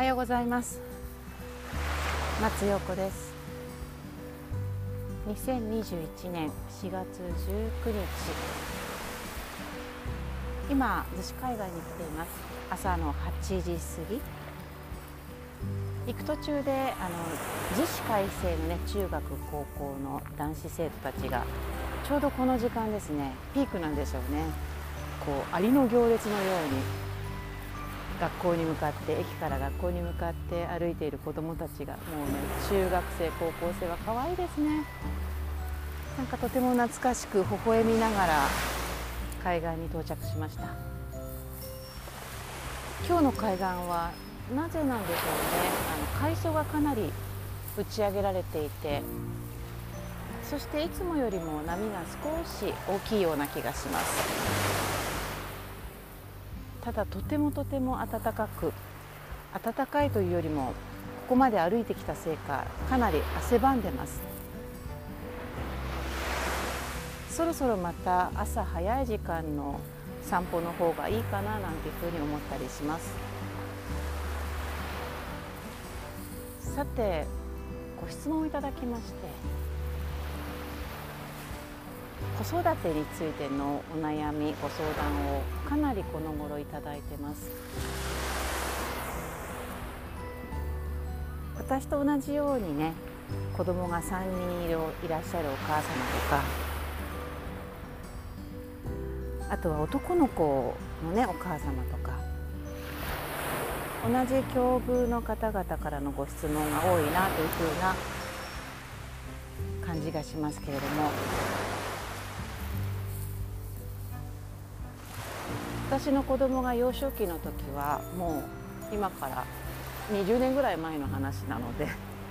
はようございます。松陽子です。2021年4月19日、今逗子海岸に来ています。朝の8時過ぎ。行く途中で逗子開成のね、中学高校の男子生徒たちがちょうどこの時間ですね、ピークなんでしょうね。こうアリの行列のように学校に向かって、駅から学校に向かって歩いている子どもたちが、もうね、中学生高校生は可愛いですね。なんかとても懐かしく微笑みながら海岸に到着しました。今日の海岸はなぜなんでしょうね。海藻がかなり打ち上げられていて、そしていつもよりも波が少し大きいような気がします。ただとても暖かく、暖かいというよりもここまで歩いてきたせいか、かなり汗ばんでます。そろそろまた朝早い時間の散歩の方がいいかななんていうふうに思ったりします。さて、ご質問をいただきまして、子育てについてのお悩み、ご相談をかなりこの頃いただいてます。私と同じようにね、子供が3人いらっしゃるお母様とか、あとは男の子のね、お母様とか、同じ境遇の方々からのご質問が多いなというふうな感じがしますけれども、私の子供が幼少期の時はもう今から20年ぐらい前の話なので、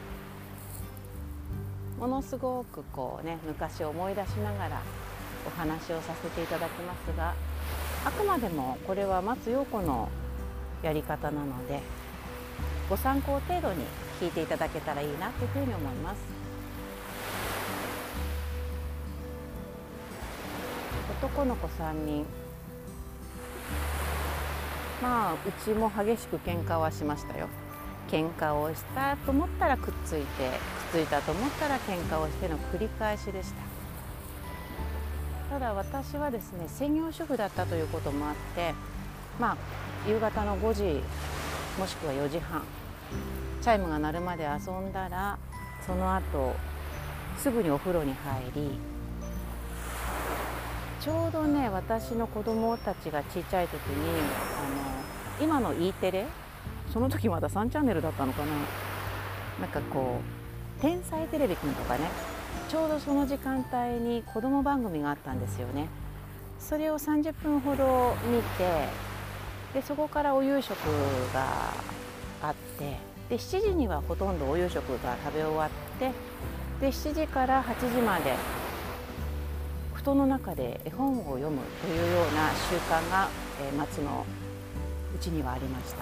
ものすごくこうね、昔を思い出しながらお話をさせていただきますが、あくまでもこれは松陽子のやり方なので、ご参考程度に聞いていただけたらいいなというふうに思います。男の子3人、まあうちも激しく喧嘩はしましたよ。喧嘩をしたと思ったらくっついて、くっついたと思ったら喧嘩をしての繰り返しでした。ただ私はですね、専業主婦だったということもあって、まあ夕方の5時もしくは4時半、チャイムが鳴るまで遊んだら、その後すぐにお風呂に入り、ちょうどね、私の子供たちが小さい時に今の E テレ、その時まだ3チャンネルだったのかな、なんかこう天才テレビくんとかね、ちょうどその時間帯に子供番組があったんですよね。それを30分ほど見て、でそこからお夕食があって、で7時にはほとんどお夕食が食べ終わって、で7時から8時まで布団の中で絵本を読むというような習慣が、松のうちにはありました。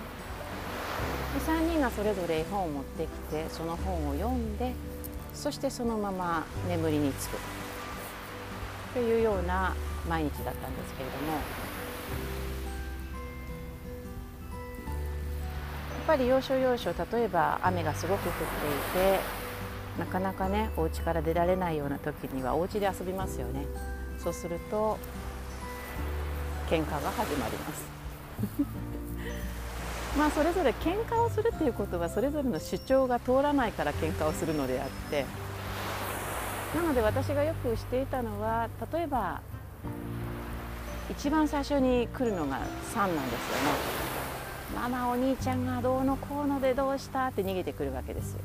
で3人がそれぞれ絵本を持ってきて、その本を読んで、そしてそのまま眠りにつくというような毎日だったんですけれども、やっぱり要所要所、例えば雨がすごく降っていて、なかなかね、お家から出られないような時にはお家で遊びますよね。そうすると喧嘩が始まりますまあそれぞれ喧嘩をするっていうことは、それぞれの主張が通らないから喧嘩をするのであって、なので私がよくしていたのは、例えば一番最初に来るのが3なんですよね。ママ、お兄ちゃんがどうのこうのでどうしたって逃げてくるわけですよ。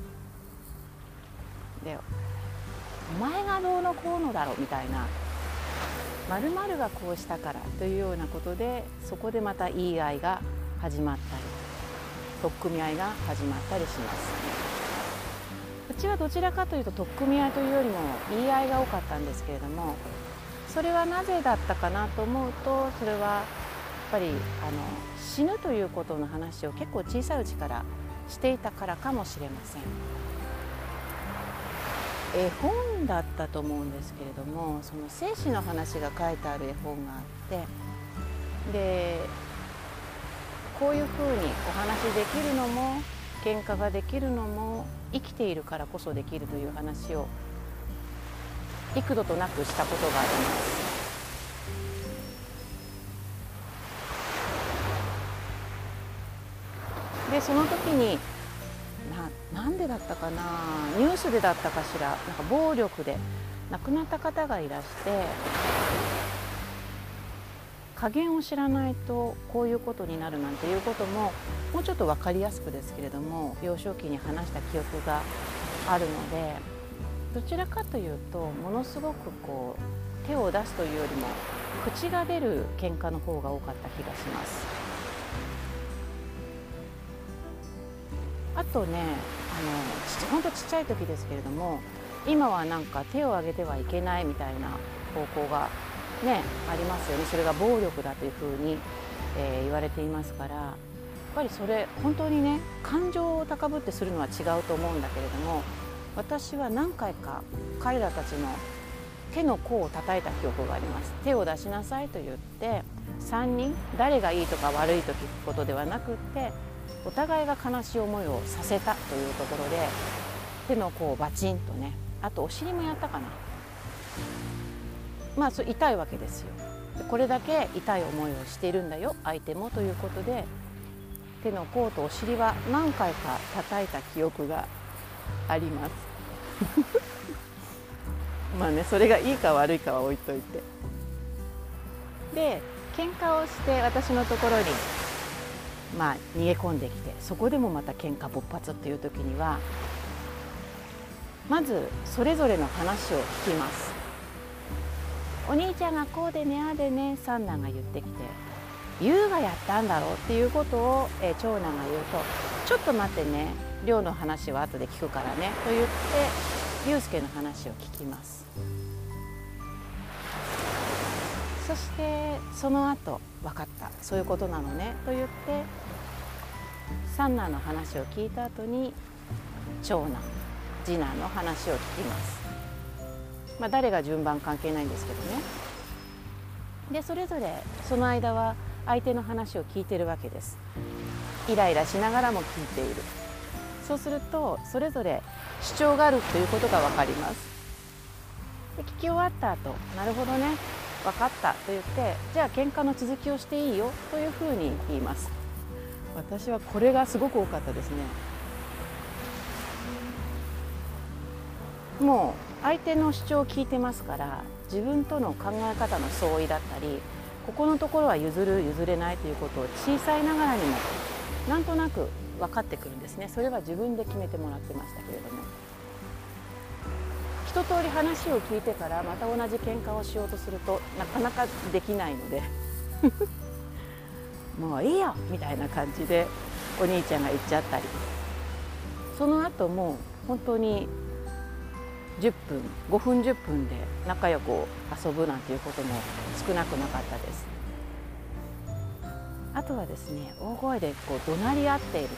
で、お前がどうのこうのだろみたいな、〇〇がこうしたからというようなことで、そこでまた言い合いが始まったり、取っ組み合いが始まったりします。うちはどちらかというと取っ組み合いというよりも言い合いが多かったんですけれども、それはなぜだったかなと思うと、それはやっぱり死ぬということの話を結構小さいうちからしていたからかもしれません。絵本だったと思うんですけれども、その生死の話が書いてある絵本があって、でこういうふうにお話できるのも喧嘩ができるのも生きているからこそできるという話を幾度となくしたことがあります。でその時になんでだったかな、ニュースでだったかしら、なんか暴力で亡くなった方がいらして、加減を知らないとこういうことになるなんていうことももうちょっと分かりやすくですけれども幼少期に話した記憶があるので、どちらかというとものすごくこう手を出すというよりも口が出る喧嘩の方が多かった気がします。あとね、ほんとちっちゃい時ですけれども、今はなんか手を挙げてはいけないみたいな方向がねありますよね。それが暴力だというふうに、言われていますから、やっぱりそれ本当にね感情を高ぶってするのは違うと思うんだけれども、私は何回か彼らたちの手の甲を叩いた記憶があります。手を出しなさいと言って3人誰がいいとか悪いということではなくって、お互いが悲しい思いをさせたというところで手の甲をバチンとね、あとお尻もやったかな、まあそれ痛いわけですよ。これだけ痛い思いをしているんだよ相手もということで、手の甲とお尻は何回か叩いた記憶がありますまあね、それがいいか悪いかは置いといて、で喧嘩をして私のところに逃げ込んできて、そこでもまた喧嘩勃発っていう時には、まずそれぞれの話を聞きます。お兄ちゃんがこうでねああでね、三男が言ってきて、優がやったんだろうっていうことを、長男が言うと、ちょっと待ってね、亮の話は後で聞くからねと言って祐介の話を聞きます。そしてその後、分かった、そういうことなのねと言って三男の話を聞いた後に長男次男の話を聞きます。誰が順番関係ないんですけどね。でそれぞれその間は相手の話を聞いているわけです。イライラしながらも聞いている。そうするとそれぞれ主張があるということが分かります。で聞き終わった後、なるほどね、分かったと言って、じゃあ喧嘩の続きをしていいよというふうに言います。私はこれがすごく多かったですね。もう相手の主張を聞いてますから、自分との考え方の相違だったり、ここのところは譲る譲れないということを小さいながらにもなんとなく分かってくるんですね。それは自分で決めてもらってましたけれども、一通り話を聞いてからまた同じ喧嘩をしようとするとなかなかできないのでもういいよみたいな感じでお兄ちゃんが言っちゃったり、その後も本当に10分5分10分で仲良く遊ぶなんていうことも少なくなかったです。あとはですね、大声で怒鳴り合っている時、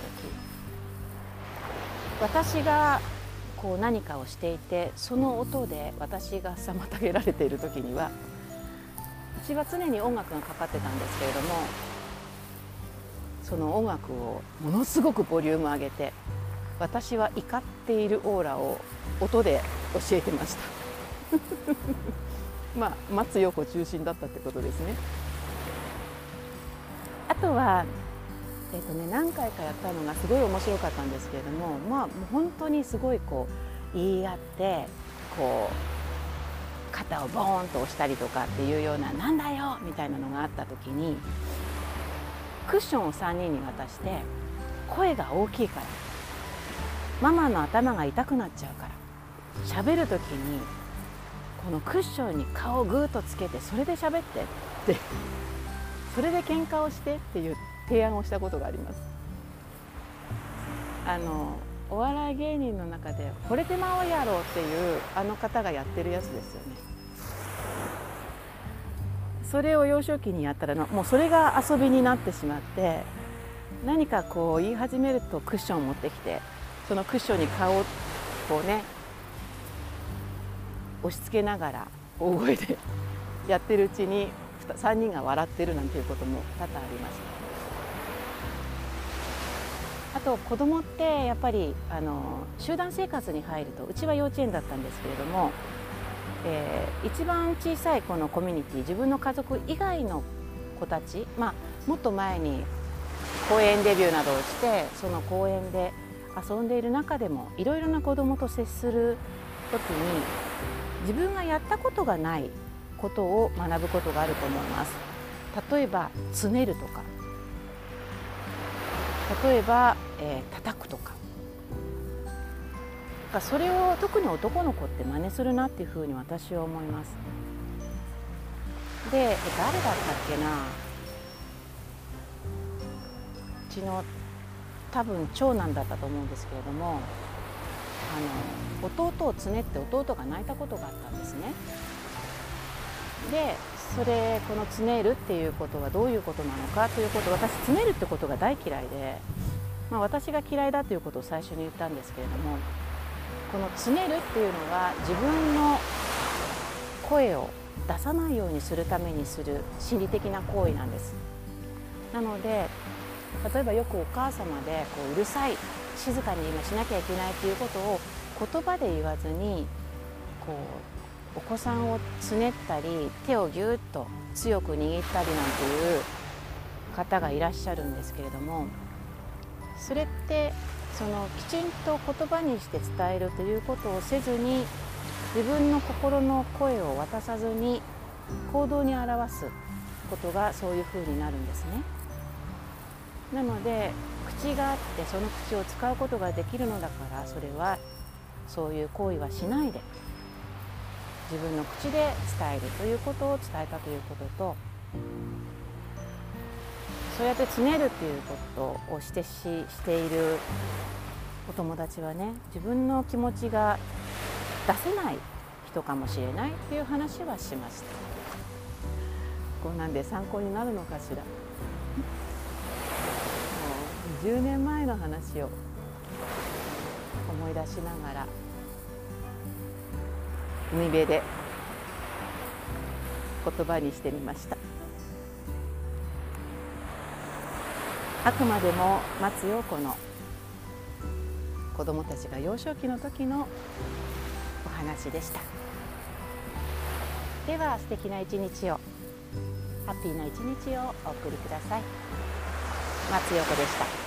私が何かをしていて、その音で私が妨げられている時には、うちは常に音楽がかかってたんですけれども、その音楽をものすごくボリューム上げて、私は怒っているオーラを音で教えてました松陽子中心だったってことですね。あとは何回かやったのがすごい面白かったんですけれども、もう本当にすごい言い合って肩をボーンと押したりとかっていうような、なんだよみたいなのがあった時に、クッションを3人に渡して、声が大きいからママの頭が痛くなっちゃうから、喋る時にこのクッションに顔をグーッとつけて、それで喋ってってそれで喧嘩をしてっていう提案をしたことがあります。お笑い芸人の中で惚れてまうやろっていう方がやってるやつですよね。それを幼少期にやったらもうそれが遊びになってしまって、何か言い始めるとクッションを持ってきて、そのクッションに顔を押し付けながら大声でやってるうちに3人が笑ってるなんていうことも多々ありました。 と子供ってやっぱり集団生活に入ると、うちは幼稚園だったんですけれども、一番小さいこのコミュニティ、自分の家族以外の子たち、もっと前に公園デビューなどをして、その公園で遊んでいる中でもいろいろな子どもと接する時に、自分がやったことがないことを学ぶことがあると思います。例えばつねるとか、例えば、叩くとか、それを特に男の子って真似するなっていうふうに私は思います。で、誰だったっけな、うちの多分長男だったと思うんですけれども、弟をつねって弟が泣いたことがあったんですね。で、このつねるっていうことはどういうことなのかということを、私つねるってことが大嫌いで、私が嫌いだということを最初に言ったんですけれども、このつねるっていうのは自分の声を出さないようにするためにする心理的な行為なんです。なので、例えばよくお母様でうるさい、静かに今しなきゃいけないということを言葉で言わずに、お子さんをつねったり手をぎゅっと強く握ったりなんていう方がいらっしゃるんですけれども、それってきちんと言葉にして伝えるということをせずに、自分の心の声を渡さずに行動に表すことがそういうふうになるんですね。なので、口があってその口を使うことができるのだから、それはそういう行為はしないで自分の口で伝えるということを伝えたということと、そうやってつねるっていうことをしているお友達はね、自分の気持ちが出せない人かもしれないっていう話はしました。こうなんで参考になるのかしら。もう10年前の話を思い出しながら、海辺で言葉にしてみました。あくまでも松陽子の子どもたちが幼少期の時のお話でした。では素敵な一日を、ハッピーな一日をお送りください。松陽子でした。